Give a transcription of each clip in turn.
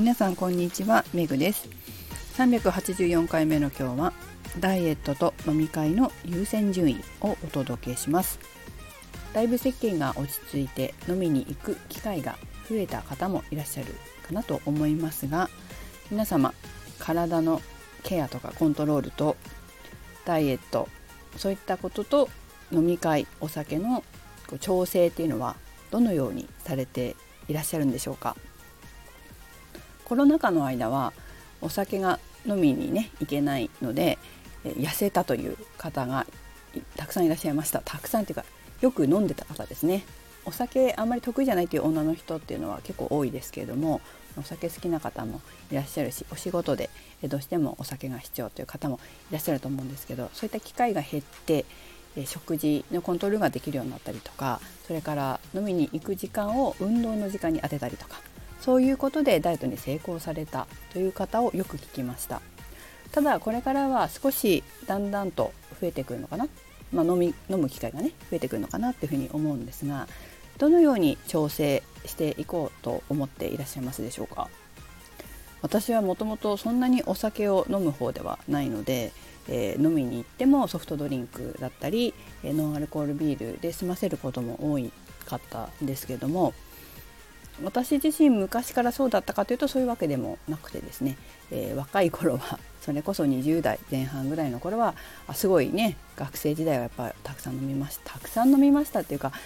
皆さんこんにちは、めぐです。384回目の今日はダイエットと飲み会の優先順位をお届けします。だいぶ世間が落ち着いて飲みに行く機会が増えた方もいらっしゃるかなと思いますが、皆様体のケアとかコントロールとダイエット、そういったことと飲み会、お酒の調整っていうのはどのようにされていらっしゃるんでしょうか。コロナ禍の間はお酒が飲みにね行けないので痩せたという方がたくさんいらっしゃいました。たくさんというかよく飲んでた方ですね。お酒あんまり得意じゃないという女の人っていうのは結構多いですけれども、お酒好きな方もいらっしゃるし、お仕事でどうしてもお酒が必要という方もいらっしゃると思うんですけど、そういった機会が減って食事のコントロールができるようになったりとか、それから飲みに行く時間を運動の時間に当てたりとか、そういうことでダイエットに成功されたという方をよく聞きました。ただこれからは少しだんだんと増えてくるのかな、飲む機会がね増えてくるのかなっていうふうに思うんですが、どのように調整していこうと思っていらっしゃいますでしょうか。私はもともとそんなにお酒を飲む方ではないので、飲みに行ってもソフトドリンクだったりノンアルコールビールで済ませることも多かったんですけれども、私自身昔からそうだったかというとそういうわけでもなくてですね、若い頃はそれこそ20代前半ぐらいの頃はすごいね、学生時代はやっぱりたくさん飲みましたっていうか、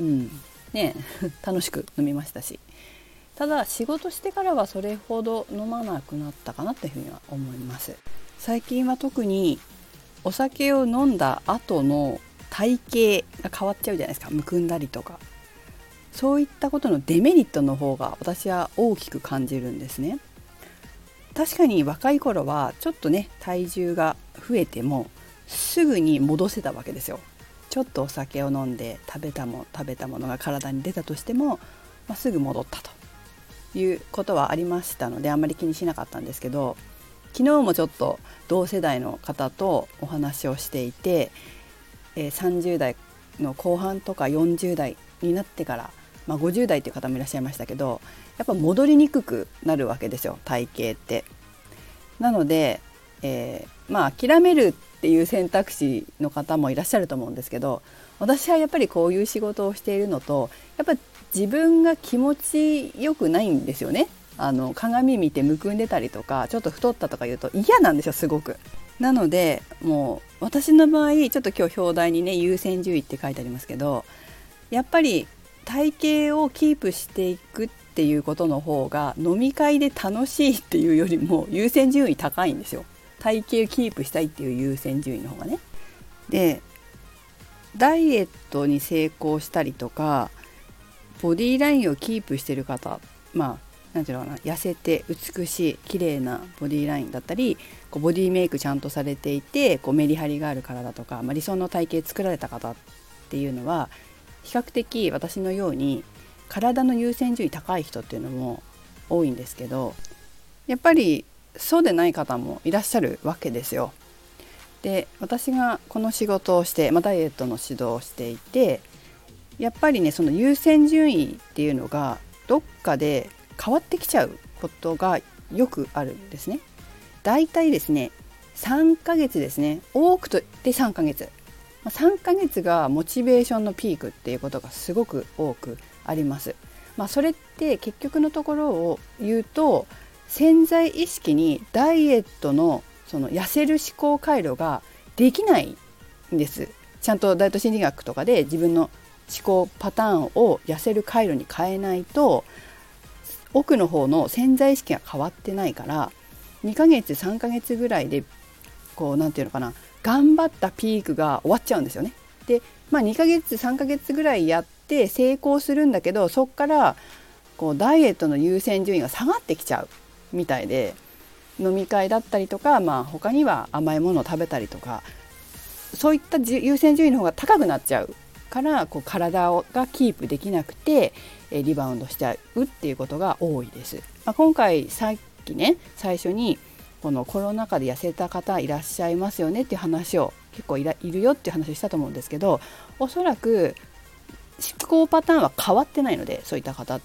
楽しく飲みましたし、ただ仕事してからはそれほど飲まなくなったかなというふうには思います。最近は特にお酒を飲んだ後の体型が変わっちゃうじゃないですか。むくんだりとか、そういったことのデメリットの方が私は大きく感じるんですね。確かに若い頃はちょっとね体重が増えてもすぐに戻せたわけですよ。ちょっとお酒を飲んで食べたものが体に出たとしても、すぐ戻ったということはありましたので、あんまり気にしなかったんですけど、昨日もちょっと同世代の方とお話をしていて、30代の後半とか40代になってから、50代という方もいらっしゃいましたけど、やっぱ戻りにくくなるわけですよ、体型って。なので、諦めるっていう選択肢の方もいらっしゃると思うんですけど、私はやっぱりこういう仕事をしているのと、やっぱり自分が気持ちよくないんですよね。鏡見てむくんでたりとかちょっと太ったとか言うと嫌なんですよ、すごく。なのでもう私の場合ちょっと今日表題にね優先順位って書いてありますけど、やっぱり体型をキープしていくっていうことの方が飲み会で楽しいっていうよりも優先順位高いんですよ。体型をキープしたいっていう優先順位の方がね。で、ダイエットに成功したりとかボディラインをキープしてる方、なんていうのかな、痩せて美しい綺麗なボディラインだったり、ボディメイクちゃんとされていてメリハリがある体とか、理想の体型作られた方っていうのは比較的私のように体の優先順位高い人っていうのも多いんですけど、やっぱりそうでない方もいらっしゃるわけですよ。で、私がこの仕事をして、ダイエットの指導をしていて、やっぱりねその優先順位っていうのがどっかで変わってきちゃうことがよくあるんですね。だいたいですね3ヶ月ですね、多くとで3ヶ月3ヶ月がモチベーションのピークっていうことがすごく多くあります。それって結局のところを言うと、潜在意識にダイエットのその痩せる思考回路ができないんです。ちゃんとダイエット心理学とかで自分の思考パターンを痩せる回路に変えないと、奥の方の潜在意識が変わってないから、2ヶ月3ヶ月ぐらいでなんていうのかな、頑張ったピークが終わっちゃうんですよね。で、2ヶ月3ヶ月ぐらいやって成功するんだけど、そこからダイエットの優先順位が下がってきちゃうみたいで、飲み会だったりとか、他には甘いものを食べたりとか、そういった優先順位の方が高くなっちゃうから体がキープできなくてリバウンドしちゃうっていうことが多いです。今回さっきね最初にこのコロナ禍で痩せた方いらっしゃいますよねっていう話を結構いるよっていう話をしたと思うんですけど、おそらく思考パターンは変わってないので、そういった方って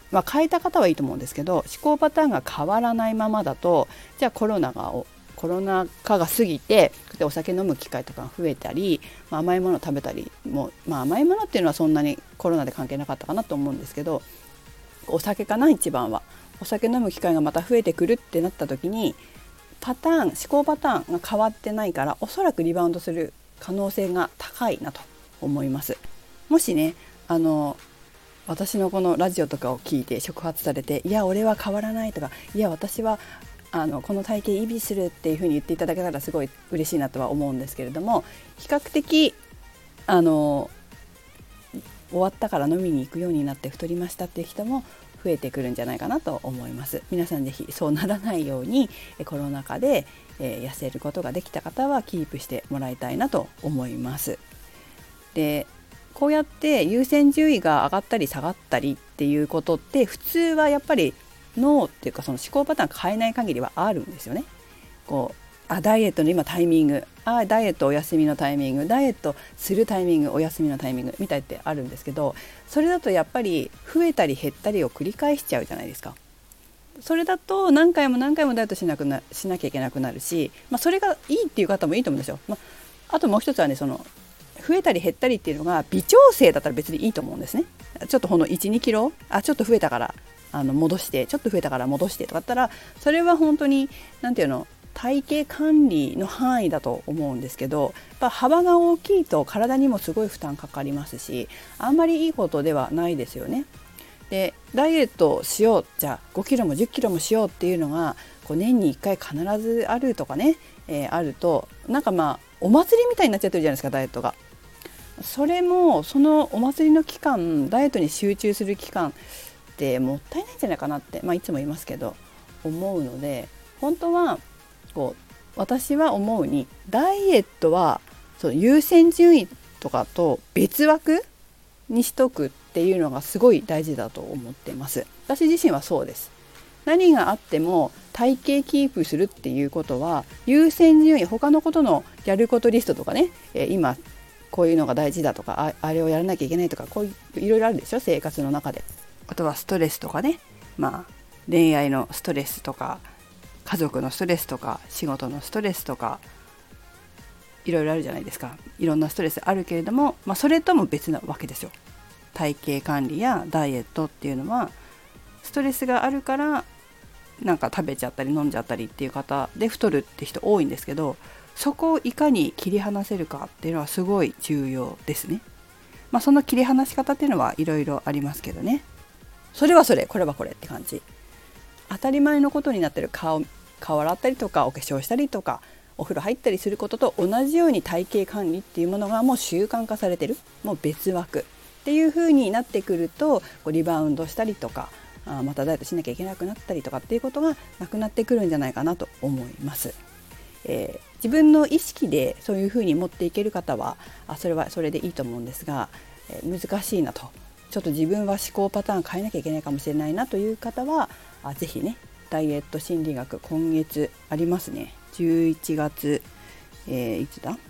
変えた方はいいと思うんですけど、思考パターンが変わらないままだと、じゃあコロナ禍が過ぎてお酒飲む機会とかが増えたり、甘いものを食べたりも、甘いものっていうのはそんなにコロナで関係なかったかなと思うんですけど、お酒かな、一番はお酒飲む機会がまた増えてくるってなった時に、思考パターンが変わってないから、おそらくリバウンドする可能性が高いなと思います。もしね、私のこのラジオとかを聞いて触発されて、いや俺は変わらないとか、いや私はこの体型維持するっていう風に言っていただけたらすごい嬉しいなとは思うんですけれども、比較的終わったから飲みに行くようになって太りましたっていう人も増えてくるんじゃないかなと思います。皆さんぜひそうならないように、コロナ禍で、痩せることができた方はキープしてもらいたいなと思います。で、こうやって優先順位が上がったり下がったりっていうことって普通はやっぱり脳っていうか、その思考パターン変えない限りはあるんですよね。ダイエットの今タイミング、ダイエットお休みのタイミング、ダイエットするタイミング、お休みのタイミングみたいってあるんですけど、それだとやっぱり増えたり減ったりを繰り返しちゃうじゃないですか。それだと何回もダイエットしなきゃいけなくなるし、それがいいっていう方もいいと思うんですよ。あともう一つはね、その増えたり減ったりっていうのが微調整だったら別にいいと思うんですね。ちょっとこの 1,2 キロちょっと増えたから戻して、ちょっと増えたから戻してとかだったら、それは本当に体型管理の範囲だと思うんですけど、幅が大きいと体にもすごい負担かかりますし、あんまりいいことではないですよね。で、ダイエットしよう、じゃあ5キロも10キロもしようっていうのが年に1回必ずあるとかね、あるとお祭りみたいになっちゃってるじゃないですか、ダイエットが。それもそのお祭りの期間、ダイエットに集中する期間ってもったいないんじゃないかなって、いつも言いますけど思うので、本当は私は思うに、ダイエットは優先順位とかと別枠にしとくっていうのがすごい大事だと思ってます。私自身はそうです。何があっても体型キープするっていうことは、優先順位、他のことのやることリストとかね、今こういうのが大事だとか、あれをやらなきゃいけないとか、こういういろいろあるでしょ、生活の中で。あとはストレスとかね、恋愛のストレスとか、家族のストレスとか、仕事のストレスとか、いろいろあるじゃないですか。いろんなストレスあるけれども、それとも別なわけですよ。体型管理やダイエットっていうのはストレスがあるから食べちゃったり飲んじゃったりっていう方で太るって人多いんですけど、そこをいかに切り離せるかっていうのはすごい重要ですね。その切り離し方っていうのはいろいろありますけどね。それはそれ、これはこれって感じ。当たり前のことになってる顔洗ったりとか、お化粧したりとか、お風呂入ったりすることと同じように体型管理っていうものがもう習慣化されてる、もう別枠っていう風になってくると、リバウンドしたりとか、またダイエットしなきゃいけなくなったりとかっていうことがなくなってくるんじゃないかなと思います。自分の意識でそういう風に持っていける方はそれはそれでいいと思うんですが、難しいなと、ちょっと自分は思考パターン変えなきゃいけないかもしれないなという方はぜひね、ダイエット心理学今月ありますね。11月、いつだ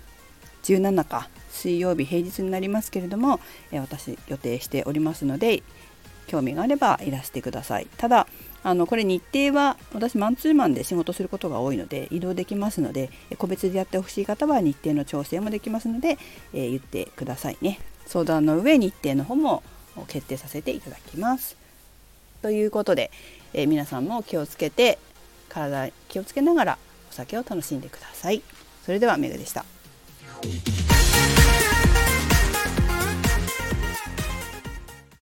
17か、水曜日平日になりますけれども、私予定しておりますので、興味があればいらしてください。ただこれ日程は私マンツーマンで仕事することが多いので移動できますので、個別でやってほしい方は日程の調整もできますので、言ってくださいね。相談の上日程の方も決定させていただきます。ということで、皆さんも気をつけて、体気をつけながらお酒を楽しんでください。それではめぐでした。